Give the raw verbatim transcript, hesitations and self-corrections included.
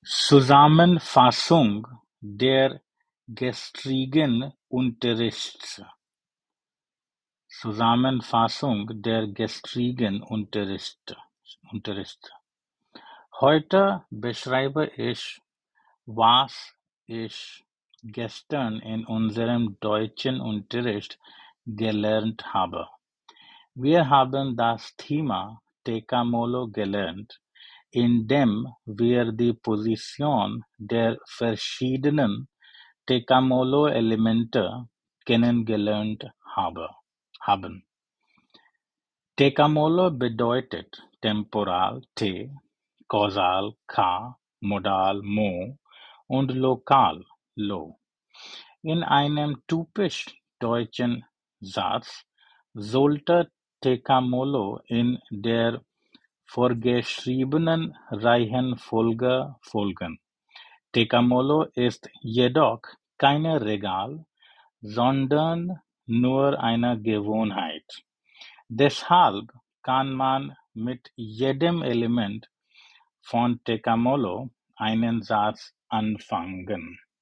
Zusammenfassung der gestrigen Unterrichts Zusammenfassung der gestrigen Unterricht Unterricht Heute beschreibe ich, was ich gestern in unserem deutschen Unterricht gelernt habe. Wir haben das Thema Tekamolo gelernt, indem wir die Position der verschiedenen Tekamolo-Elemente kennengelernt habe, haben. Tekamolo bedeutet temporal T, kausal K, modal Mo und lokal Lo. In einem typisch deutschen Satz sollte Tekamolo in der vorgeschriebenen Reihenfolge folgen. Tekamolo ist jedoch keine Regel, sondern nur eine Gewohnheit. Deshalb kann man mit jedem Element von Tekamolo einen Satz anfangen.